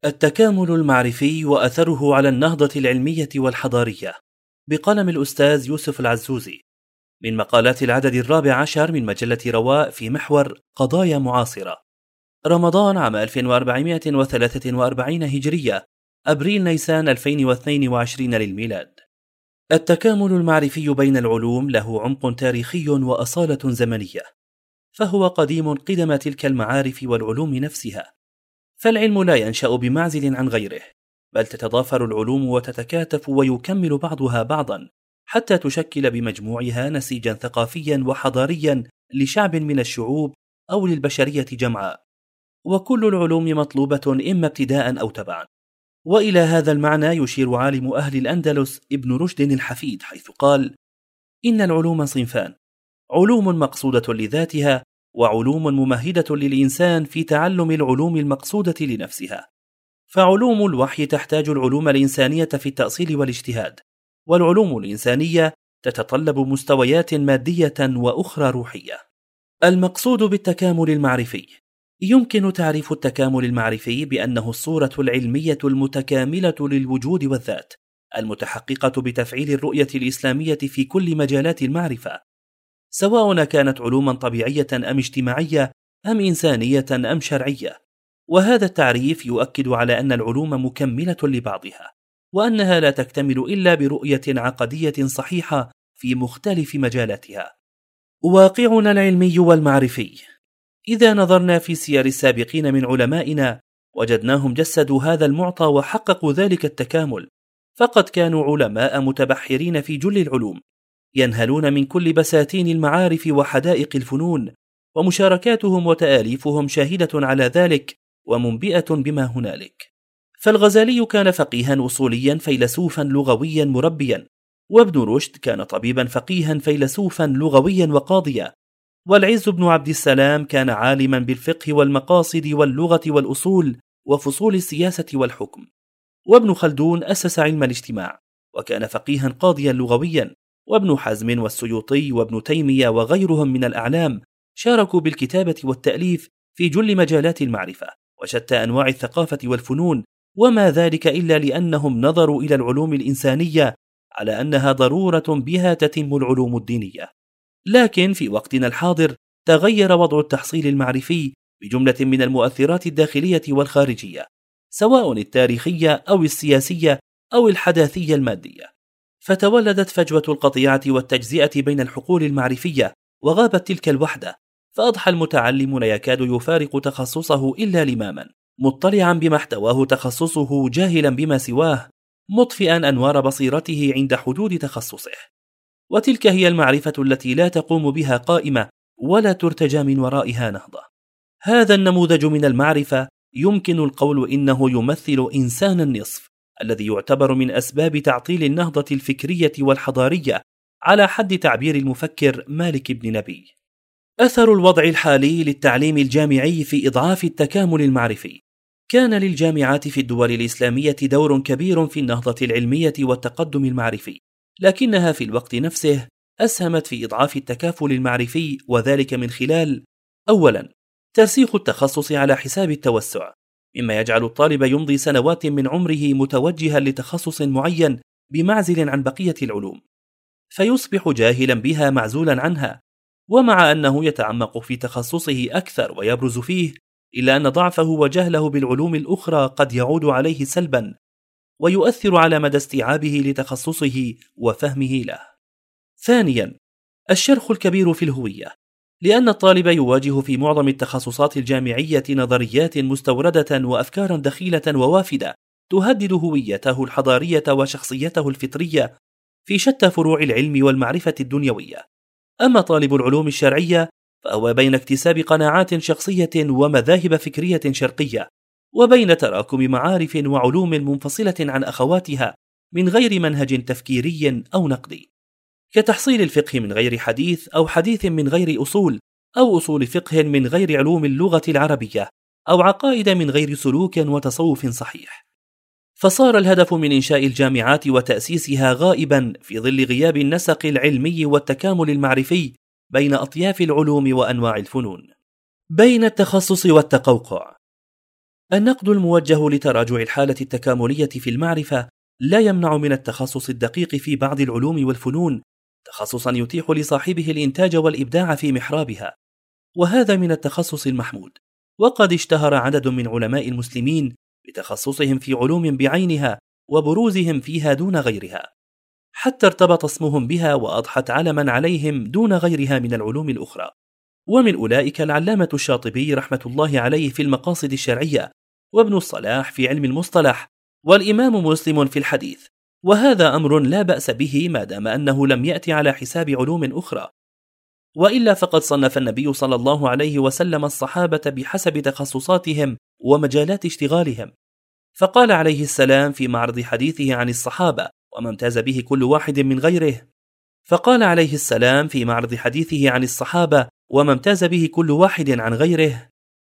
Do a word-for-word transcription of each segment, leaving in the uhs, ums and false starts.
التكامل المعرفي وأثره على النهضة العلمية والحضارية، بقلم الأستاذ يوسف العزوزي، من مقالات العدد الرابع عشر من مجلة رواء في محور قضايا معاصرة، رمضان عام ألف وأربعمائة وثلاثة وأربعين هجرية، أبريل نيسان ألفين واثنين وعشرين للميلاد. التكامل المعرفي بين العلوم له عمق تاريخي وأصالة زمنية، فهو قديم قدم تلك المعارف والعلوم نفسها، فالعلم لا ينشأ بمعزل عن غيره، بل تتضافر العلوم وتتكاتف ويكمل بعضها بعضا حتى تشكل بمجموعها نسيجا ثقافيا وحضاريا لشعب من الشعوب أو للبشرية جمعاء، وكل العلوم مطلوبة إما ابتداء أو تبعا. وإلى هذا المعنى يشير عالم أهل الأندلس ابن رشد الحفيد حيث قال: إن العلوم صنفان، علوم مقصودة لذاتها، وعلوم ممهدة للإنسان في تعلم العلوم المقصودة لنفسها. فعلوم الوحي تحتاج العلوم الإنسانية في التأصيل والاجتهاد، والعلوم الإنسانية تتطلب مستويات مادية وأخرى روحية. المقصود بالتكامل المعرفي: يمكن تعريف التكامل المعرفي بأنه الصورة العلمية المتكاملة للوجود والذات، المتحققة بتفعيل الرؤية الإسلامية في كل مجالات المعرفة، سواء كانت علوما طبيعية أم اجتماعية أم إنسانية أم شرعية. وهذا التعريف يؤكد على أن العلوم مكملة لبعضها، وأنها لا تكتمل إلا برؤية عقدية صحيحة في مختلف مجالاتها. واقعنا العلمي والمعرفي: إذا نظرنا في سير السابقين من علمائنا وجدناهم جسدوا هذا المعطى وحققوا ذلك التكامل، فقد كانوا علماء متبحرين في جل العلوم، ينهلون من كل بساتين المعارف وحدائق الفنون، ومشاركاتهم وتآليفهم شاهدة على ذلك ومنبئة بما هنالك. فالغزالي كان فقيها أصوليا فيلسوفا لغويا مربيا، وابن رشد كان طبيبا فقيها فيلسوفا لغويا وقاضيا، والعز بن عبد السلام كان عالما بالفقه والمقاصد واللغة والأصول وفصول السياسة والحكم، وابن خلدون أسس علم الاجتماع وكان فقيها قاضيا لغويا، وابن حزم والسيوطي وابن تيمية وغيرهم من الأعلام شاركوا بالكتابة والتأليف في جل مجالات المعرفة وشتى أنواع الثقافة والفنون، وما ذلك إلا لأنهم نظروا إلى العلوم الإنسانية على أنها ضرورة بها تتم العلوم الدينية. لكن في وقتنا الحاضر تغير وضع التحصيل المعرفي بجملة من المؤثرات الداخلية والخارجية، سواء التاريخية أو السياسية أو الحداثية المادية، فتولدت فجوة القطيعة والتجزئة بين الحقول المعرفية، وغابت تلك الوحدة، فأضحى المتعلم لا يكاد يفارق تخصصه إلا لماما، مطلعا بما احتواه تخصصه جاهلا بما سواه، مطفئا أنوار بصيرته عند حدود تخصصه. وتلك هي المعرفة التي لا تقوم بها قائمة ولا ترتجى من ورائها نهضة. هذا النموذج من المعرفة يمكن القول إنه يمثل إنسان النصف الذي يعتبر من أسباب تعطيل النهضة الفكرية والحضارية على حد تعبير المفكر مالك بن نبي. أثر الوضع الحالي للتعليم الجامعي في إضعاف التكامل المعرفي: كان للجامعات في الدول الإسلامية دور كبير في النهضة العلمية والتقدم المعرفي، لكنها في الوقت نفسه أسهمت في إضعاف التكافل المعرفي، وذلك من خلال: أولا، ترسيخ التخصص على حساب التوسع، مما يجعل الطالب يمضي سنوات من عمره متوجها لتخصص معين بمعزل عن بقية العلوم، فيصبح جاهلا بها معزولا عنها، ومع أنه يتعمق في تخصصه أكثر ويبرز فيه، إلا أن ضعفه وجهله بالعلوم الأخرى قد يعود عليه سلبا ويؤثر على مدى استيعابه لتخصصه وفهمه له. ثانيا، الشرخ الكبير في الهوية، لأن الطالب يواجه في معظم التخصصات الجامعية نظريات مستوردة وأفكارا دخيلة ووافدة تهدد هويته الحضارية وشخصيته الفطرية في شتى فروع العلم والمعرفة الدنيوية. أما طالب العلوم الشرعية فهو بين اكتساب قناعات شخصية ومذاهب فكرية شرقية، وبين تراكم معارف وعلوم منفصلة عن أخواتها من غير منهج تفكيري أو نقدي، كتحصيل الفقه من غير حديث، أو حديث من غير أصول، أو أصول فقه من غير علوم اللغة العربية، أو عقائد من غير سلوك وتصوف صحيح. فصار الهدف من إنشاء الجامعات وتأسيسها غائبا في ظل غياب النسق العلمي والتكامل المعرفي بين أطياف العلوم وأنواع الفنون. بين التخصص والتقوقع: النقد الموجه لتراجع الحالة التكاملية في المعرفة لا يمنع من التخصص الدقيق في بعض العلوم والفنون، تخصصا يتيح لصاحبه الإنتاج والإبداع في محرابها، وهذا من التخصص المحمود. وقد اشتهر عدد من علماء المسلمين بتخصصهم في علوم بعينها وبروزهم فيها دون غيرها، حتى ارتبط اسمهم بها وأضحت علما عليهم دون غيرها من العلوم الأخرى. ومن أولئك العلامة الشاطبي رحمة الله عليه في المقاصد الشرعية، وابن الصلاح في علم المصطلح، والإمام مسلم في الحديث، وهذا أمر لا بأس به ما دام أنه لم يأتي على حساب علوم أخرى. وإلا فقد صنف النبي صلى الله عليه وسلم الصحابة بحسب تخصصاتهم ومجالات اشتغالهم، فقال عليه السلام في معرض حديثه عن الصحابة وما امتاز به كل واحد من غيره فقال عليه السلام في معرض حديثه عن الصحابة وما امتاز به كل واحد عن غيره: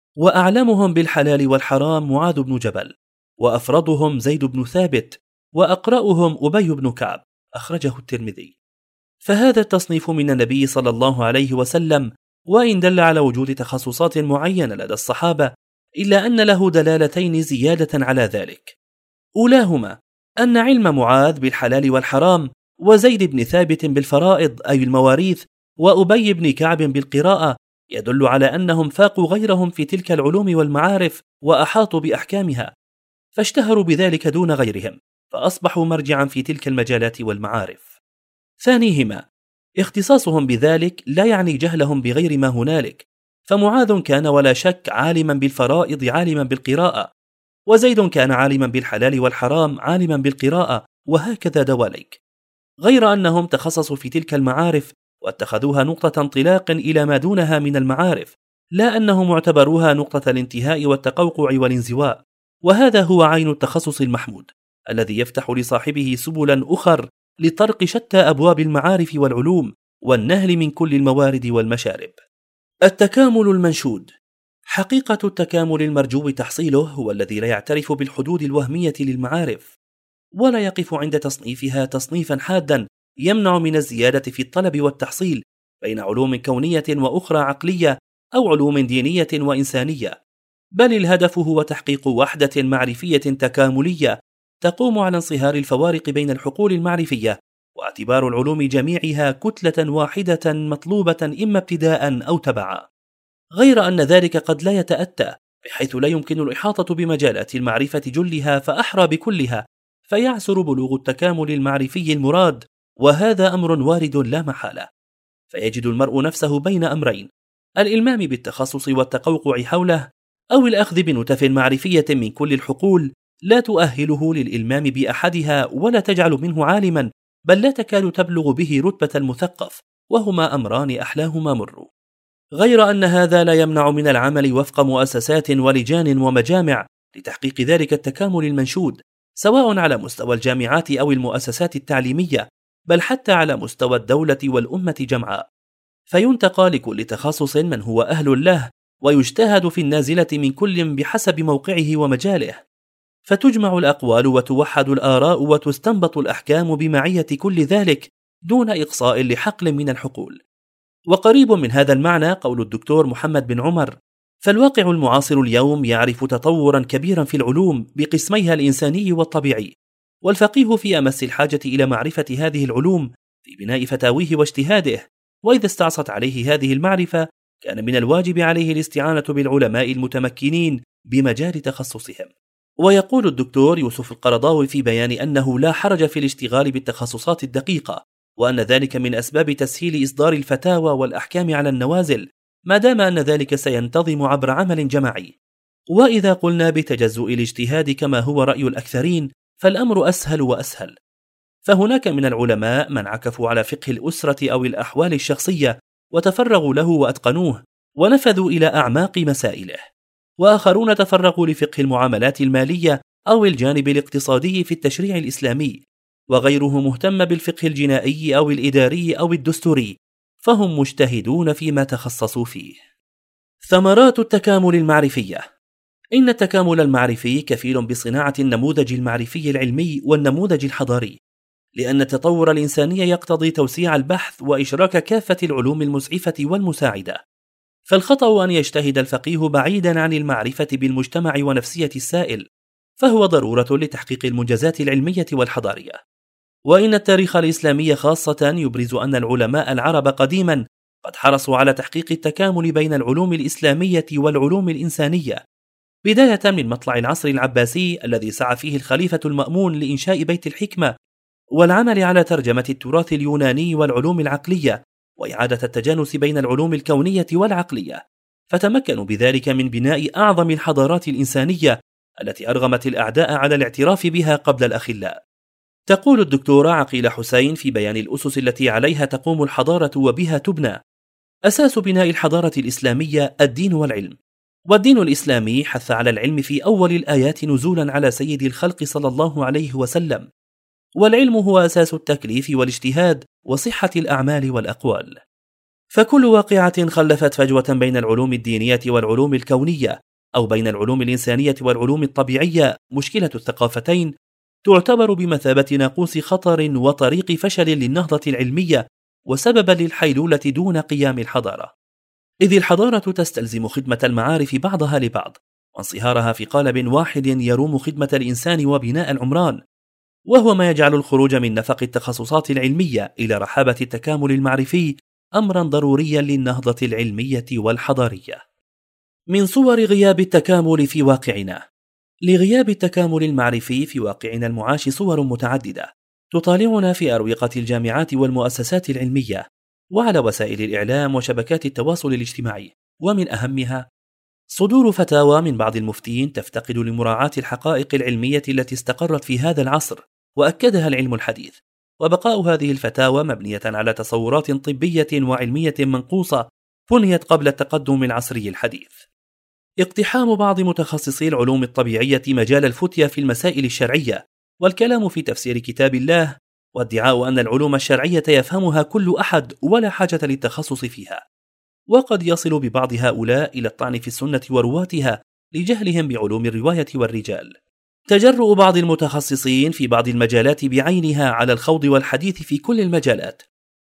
وأعلمهم بالحلال والحرام معاذ بن جبل، وأفرضهم زيد بن ثابت، وأقرأهم أبي بن كعب، أخرجه الترمذي. فهذا التصنيف من النبي صلى الله عليه وسلم، وإن دل على وجود تخصصات معينة لدى الصحابة، إلا أن له دلالتين زيادة على ذلك. أولاهما أن علم معاذ بالحلال والحرام، وزيد بن ثابت بالفرائض أي المواريث، وأبي بن كعب بالقراءة، يدل على أنهم فاقوا غيرهم في تلك العلوم والمعارف وأحاطوا بأحكامها، فاشتهروا بذلك دون غيرهم، فأصبحوا مرجعا في تلك المجالات والمعارف. ثانيهما اختصاصهم بذلك لا يعني جهلهم بغير ما هنالك، فمعاذ كان ولا شك عالما بالفرائض عالما بالقراءة، وزيد كان عالما بالحلال والحرام عالما بالقراءة، وهكذا دواليك، غير أنهم تخصصوا في تلك المعارف واتخذوها نقطة انطلاق إلى ما دونها من المعارف، لا أنهم اعتبروها نقطة الانتهاء والتقوقع والانزواء. وهذا هو عين التخصص المحمود الذي يفتح لصاحبه سبلا أخر لطرق شتى أبواب المعارف والعلوم والنهل من كل الموارد والمشارب. التكامل المنشود. حقيقة التكامل المرجو تحصيله هو الذي لا يعترف بالحدود الوهمية للمعارف، ولا يقف عند تصنيفها تصنيفا حادا يمنع من الزيادة في الطلب والتحصيل بين علوم كونية وأخرى عقلية أو علوم دينية وإنسانية، بل الهدف هو تحقيق وحدة معرفية تكاملية تقوم على انصهار الفوارق بين الحقول المعرفية، واعتبار العلوم جميعها كتلة واحدة مطلوبة إما ابتداء أو تبعا، غير أن ذلك قد لا يتأتى، بحيث لا يمكن الإحاطة بمجالات المعرفة جلها فأحرى بكلها، فيعسر بلوغ التكامل المعرفي المراد، وهذا أمر وارد لا محالة. فيجد المرء نفسه بين أمرين: الإلمام بالتخصص والتقوقع حوله، أو الأخذ بنتف معرفية من كل الحقول لا تؤهله للإلمام بأحدها ولا تجعل منه عالما، بل لا تكاد تبلغ به رتبة المثقف، وهما أمران أحلاهما مر. غير أن هذا لا يمنع من العمل وفق مؤسسات ولجان ومجامع لتحقيق ذلك التكامل المنشود، سواء على مستوى الجامعات أو المؤسسات التعليمية، بل حتى على مستوى الدولة والأمة جمعاء، فينتقى لكل تخصص من هو أهل له، ويجتهد في النازلة من كل بحسب موقعه ومجاله، فتجمع الأقوال وتوحد الآراء وتستنبط الأحكام بمعية كل ذلك دون إقصاء لحقل من الحقول. وقريب من هذا المعنى قول الدكتور محمد بن عمر: فالواقع المعاصر اليوم يعرف تطورا كبيرا في العلوم بقسميها الإنساني والطبيعي، والفقيه في أمس الحاجة إلى معرفة هذه العلوم في بناء فتاويه واجتهاده، وإذا استعصت عليه هذه المعرفة كان من الواجب عليه الاستعانة بالعلماء المتمكنين بمجال تخصصهم. ويقول الدكتور يوسف القرضاوي في بيان أنه لا حرج في الاشتغال بالتخصصات الدقيقة، وأن ذلك من أسباب تسهيل إصدار الفتاوى والأحكام على النوازل، ما دام أن ذلك سينتظم عبر عمل جماعي. وإذا قلنا بتجزؤ الاجتهاد كما هو رأي الأكثرين، فالأمر أسهل وأسهل، فهناك من العلماء من عكفوا على فقه الأسرة أو الأحوال الشخصية وتفرغوا له وأتقنوه ونفذوا إلى أعماق مسائله، وآخرون تفرغوا لفقه المعاملات المالية أو الجانب الاقتصادي في التشريع الإسلامي، وغيره مهتم بالفقه الجنائي أو الإداري أو الدستوري، فهم مجتهدون فيما تخصصوا فيه. ثمرات التكامل المعرفية. إن التكامل المعرفي كفيل بصناعة النموذج المعرفي العلمي والنموذج الحضاري، لأن التطور الإنساني يقتضي توسيع البحث وإشراك كافة العلوم المسعفة والمساعدة، فالخطأ أن يجتهد الفقيه بعيدا عن المعرفة بالمجتمع ونفسية السائل، فهو ضرورة لتحقيق المنجزات العلمية والحضارية. وإن التاريخ الإسلامي خاصة يبرز أن العلماء العرب قديما قد حرصوا على تحقيق التكامل بين العلوم الإسلامية والعلوم الإنسانية، بداية من مطلع العصر العباسي الذي سعى فيه الخليفة المأمون لإنشاء بيت الحكمة والعمل على ترجمة التراث اليوناني والعلوم العقلية وإعادة التجانس بين العلوم الكونية والعقلية، فتمكنوا بذلك من بناء أعظم الحضارات الإنسانية التي أرغمت الأعداء على الاعتراف بها قبل الأخلاء. تقول الدكتورة عقيلة حسين في بيان الأسس التي عليها تقوم الحضارة وبها تبنى: أساس بناء الحضارة الإسلامية الدين والعلم، والدين الإسلامي حث على العلم في أول الآيات نزولا على سيد الخلق صلى الله عليه وسلم، والعلم هو أساس التكليف والاجتهاد وصحة الأعمال والأقوال. فكل واقعة خلفت فجوة بين العلوم الدينية والعلوم الكونية أو بين العلوم الإنسانية والعلوم الطبيعية، مشكلة الثقافتين، تعتبر بمثابة ناقوس خطر وطريق فشل للنهضة العلمية وسببا للحيلولة دون قيام الحضارة، إذ الحضارة تستلزم خدمة المعارف بعضها لبعض وانصهارها في قالب واحد يروم خدمة الإنسان وبناء العمران، وهو ما يجعل الخروج من نفق التخصصات العلمية إلى رحابة التكامل المعرفي أمرا ضروريا للنهضة العلمية والحضارية. من صور غياب التكامل في واقعنا. لغياب التكامل المعرفي في واقعنا المعاش صور متعددة تطالعنا في أروقة الجامعات والمؤسسات العلمية وعلى وسائل الإعلام وشبكات التواصل الاجتماعي، ومن أهمها صدور فتاوى من بعض المفتين تفتقد لمراعاة الحقائق العلمية التي استقرت في هذا العصر وأكدها العلم الحديث، وبقاء هذه الفتاوى مبنية على تصورات طبية وعلمية منقوصة بنيت قبل التقدم العصري الحديث. اقتحام بعض متخصصي العلوم الطبيعية مجال الفتية في المسائل الشرعية والكلام في تفسير كتاب الله، وادعاء أن العلوم الشرعية يفهمها كل أحد ولا حاجة للتخصص فيها، وقد يصل ببعض هؤلاء إلى الطعن في السنة ورواتها لجهلهم بعلوم الرواية والرجال. تجرؤ بعض المتخصصين في بعض المجالات بعينها على الخوض والحديث في كل المجالات،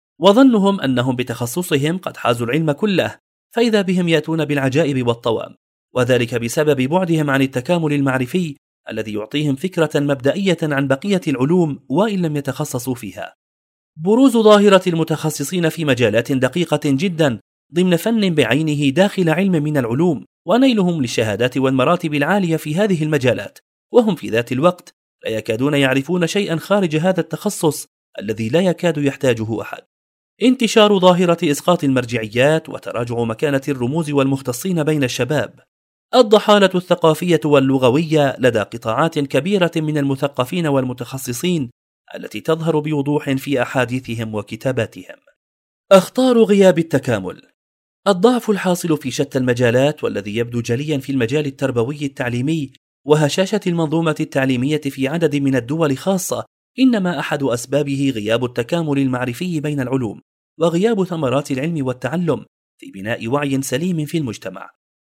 وظنهم أنهم بتخصصهم قد حازوا العلم كله، فإذا بهم يأتون بالعجائب والطوام، وذلك بسبب بعدهم عن التكامل المعرفي الذي يعطيهم فكرة مبدئية عن بقية العلوم وإن لم يتخصصوا فيها. بروز ظاهرة المتخصصين في مجالات دقيقة جدا ضمن فن بعينه داخل علم من العلوم، ونيلهم للشهادات والمراتب العالية في هذه المجالات، وهم في ذات الوقت لا يكادون يعرفون شيئا خارج هذا التخصص الذي لا يكاد يحتاجه أحد. انتشار ظاهرة إسقاط المرجعيات وتراجع مكانة الرموز والمختصين بين الشباب. الضحالة الثقافية واللغوية لدى قطاعات كبيرة من المثقفين والمتخصصين التي تظهر بوضوح في أحاديثهم وكتاباتهم. أخطار غياب التكامل. الضعف الحاصل في شتى المجالات والذي يبدو جليا في المجال التربوي التعليمي وهشاشة المنظومة التعليمية في عدد من الدول خاصة، إنما أحد أسبابه غياب التكامل المعرفي بين العلوم وغياب ثمرات العلم والتعلم في بناء وعي سليم في المجتمع،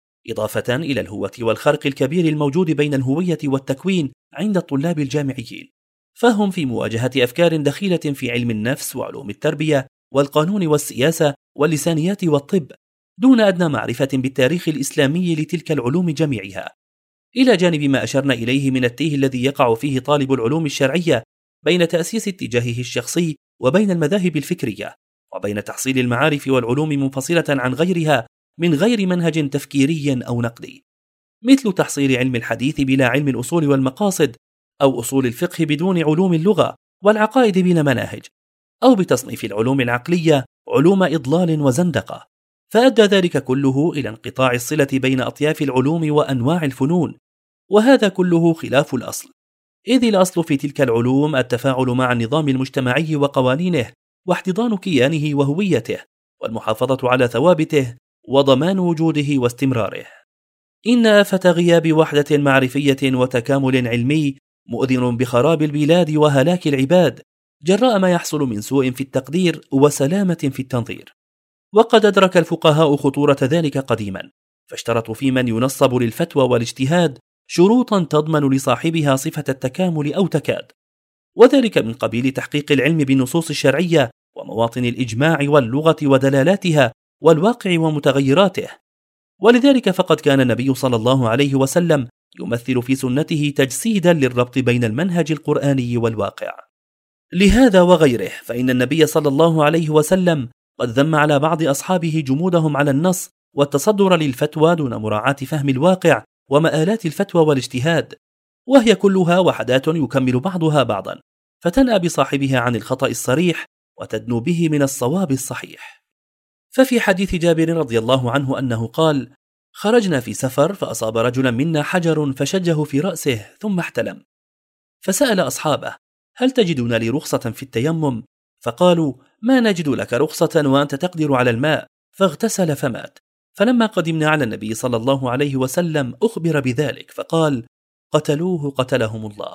إضافة إلى الهوة والخرق الكبير الموجود بين الهوية والتكوين عند الطلاب الجامعيين، فهم في مواجهة أفكار دخيلة في علم النفس وعلوم التربية والقانون والسياسة واللسانيات والطب دون أدنى معرفة بالتاريخ الإسلامي لتلك العلوم جميعها، إلى جانب ما أشرنا إليه من التيه الذي يقع فيه طالب العلوم الشرعية بين تأسيس اتجاهه الشخصي وبين المذاهب الفكرية، وبين تحصيل المعارف والعلوم منفصلة عن غيرها من غير منهج تفكيري أو نقدي، مثل تحصيل علم الحديث بلا علم الأصول والمقاصد، أو أصول الفقه بدون علوم اللغة والعقائد بلا مناهج، أو بتصنيف العلوم العقلية علوم إضلال وزندقة، فأدى ذلك كله إلى انقطاع الصلة بين أطياف العلوم وأنواع الفنون، وهذا كله خلاف الأصل، إذ الأصل في تلك العلوم التفاعل مع النظام المجتمعي وقوانينه واحتضان كيانه وهويته والمحافظة على ثوابته وضمان وجوده واستمراره. إن آفة غياب وحدة معرفية وتكامل علمي مؤذن بخراب البلاد وهلاك العباد جراء ما يحصل من سوء في التقدير وسلامة في التنظير، وقد أدرك الفقهاء خطورة ذلك قديما، فاشترطوا في من ينصب للفتوى والاجتهاد شروطا تضمن لصاحبها صفة التكامل أو تكاد، وذلك من قبيل تحقيق العلم بالنصوص الشرعية ومواطن الإجماع واللغة ودلالاتها والواقع ومتغيراته. ولذلك فقد كان النبي صلى الله عليه وسلم يمثل في سنته تجسيدا للربط بين المنهج القرآني والواقع. لهذا وغيره فإن النبي صلى الله عليه وسلم قد ذم على بعض أصحابه جمودهم على النص والتصدر للفتوى دون مراعاة فهم الواقع ومآلات الفتوى والاجتهاد، وهي كلها وحدات يكمل بعضها بعضا، فتنأى بصاحبها عن الخطأ الصريح وتدنو به من الصواب الصحيح. ففي حديث جابر رضي الله عنه أنه قال: خرجنا في سفر فأصاب رجلا منا حجر فشجه في رأسه ثم احتلم، فسأل أصحابه: هل تجدون لي رخصة في التيمم؟ فقالوا: ما نجد لك رخصة وأنت تقدر على الماء، فاغتسل فمات. فلما قدمنا على النبي صلى الله عليه وسلم أخبر بذلك فقال: قتلوه قتلهم الله.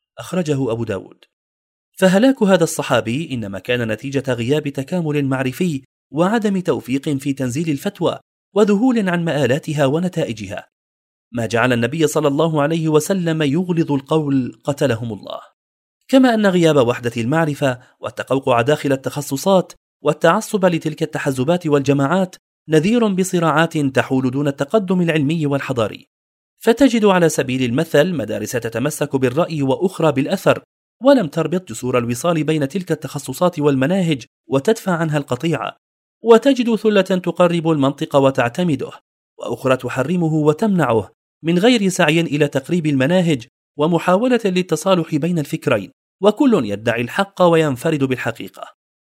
أخرجه أبو داود. فهلاك هذا الصحابي إنما كان نتيجة غياب تكامل معرفي وعدم توفيق في تنزيل الفتوى وذهول عن مآلاتها ونتائجها، ما جعل النبي صلى الله عليه وسلم يغلظ القول قتلهم الله. كما أن غياب وحدة المعرفة والتقوقع داخل التخصصات والتعصب لتلك التحزبات والجماعات نذير بصراعات تحول دون التقدم العلمي والحضاري. فتجد على سبيل المثل مدارس تتمسك بالرأي وأخرى بالأثر، ولم تربط جسور الوصال بين تلك التخصصات والمناهج وتدفع عنها القطيعة، وتجد ثلة تقرب المنطق وتعتمده، وأخرى تحرمه وتمنعه، من غير سعي إلى تقريب المناهج ومحاولة للتصالح بين الفكرين، وكل يدعي الحق وينفرد بالحقيقة.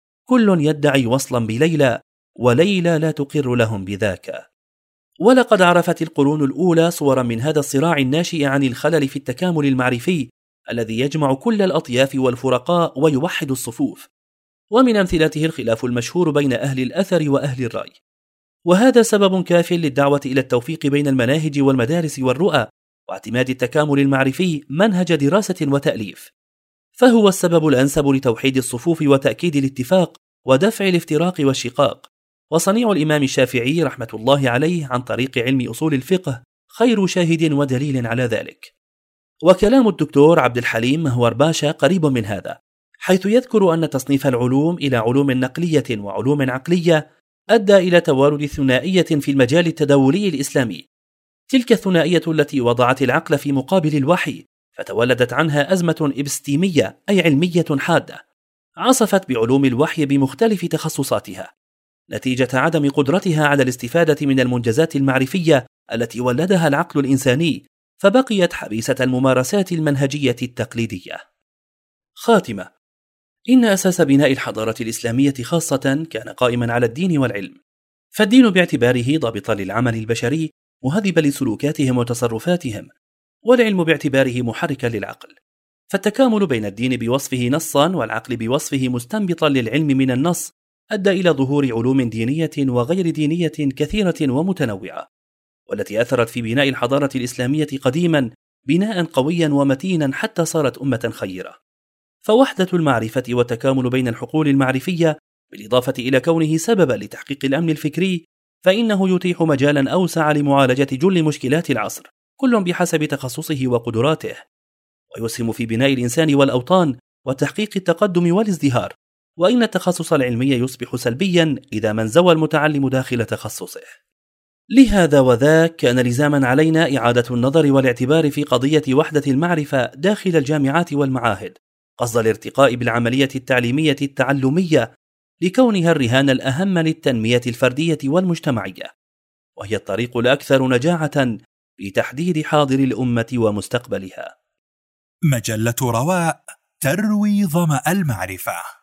كل يدعي وصلا بليلى، وليلى لا تقر لهم بذاك. ولقد عرفت القرون الأولى صورا من هذا الصراع الناشئ عن الخلل في التكامل المعرفي الذي يجمع كل الأطياف والفرقاء ويوحد الصفوف، ومن أمثلته الخلاف المشهور بين أهل الأثر وأهل الرأي. وهذا سبب كاف للدعوة إلى التوفيق بين المناهج والمدارس والرؤى، واعتماد التكامل المعرفي منهج دراسة وتأليف، فهو السبب الأنسب لتوحيد الصفوف وتأكيد الاتفاق ودفع الافتراق والشقاق. وصنيع الإمام الشافعي رحمة الله عليه عن طريق علم أصول الفقه خير شاهد ودليل على ذلك. وكلام الدكتور عبد الحليم مهور باشا قريب من هذا، حيث يذكر أن تصنيف العلوم إلى علوم نقلية وعلوم عقلية أدى إلى توارد ثنائية في المجال التداولي الإسلامي، تلك الثنائية التي وضعت العقل في مقابل الوحي، فتولدت عنها أزمة إبستيمية أي علمية حادة، عصفت بعلوم الوحي بمختلف تخصصاتها نتيجة عدم قدرتها على الاستفادة من المنجزات المعرفية التي ولدها العقل الإنساني، فبقيت حبيسة الممارسات المنهجية التقليدية. خاتمة: إن أساس بناء الحضارة الإسلامية خاصة كان قائما على الدين والعلم، فالدين باعتباره ضابطا للعمل البشري مهذبا لسلوكاتهم وتصرفاتهم، والعلم باعتباره محركا للعقل، فالتكامل بين الدين بوصفه نصا والعقل بوصفه مستنبطا للعلم من النص أدى إلى ظهور علوم دينية وغير دينية كثيرة ومتنوعة، والتي أثرت في بناء الحضارة الإسلامية قديما بناء قويا ومتينا حتى صارت أمة خيرة. فوحدة المعرفة والتكامل بين الحقول المعرفية بالإضافة إلى كونه سببا لتحقيق الأمن الفكري، فإنه يتيح مجالا أوسع لمعالجة جل مشكلات العصر، كل بحسب تخصصه وقدراته، ويسهم في بناء الإنسان والأوطان وتحقيق التقدم والازدهار. وإن التخصص العلمي يصبح سلبيا إذا ما انزوى المتعلم داخل تخصصه. لهذا وذاك كان لزاما علينا إعادة النظر والاعتبار في قضية وحدة المعرفة داخل الجامعات والمعاهد، قصد الارتقاء بالعملية التعليمية التعلمية لكونها الرهان الأهم للتنمية الفردية والمجتمعية، وهي الطريق الأكثر نجاعة في تحديد حاضر الأمة ومستقبلها. مجلة رواء تروي ظمأ المعرفة.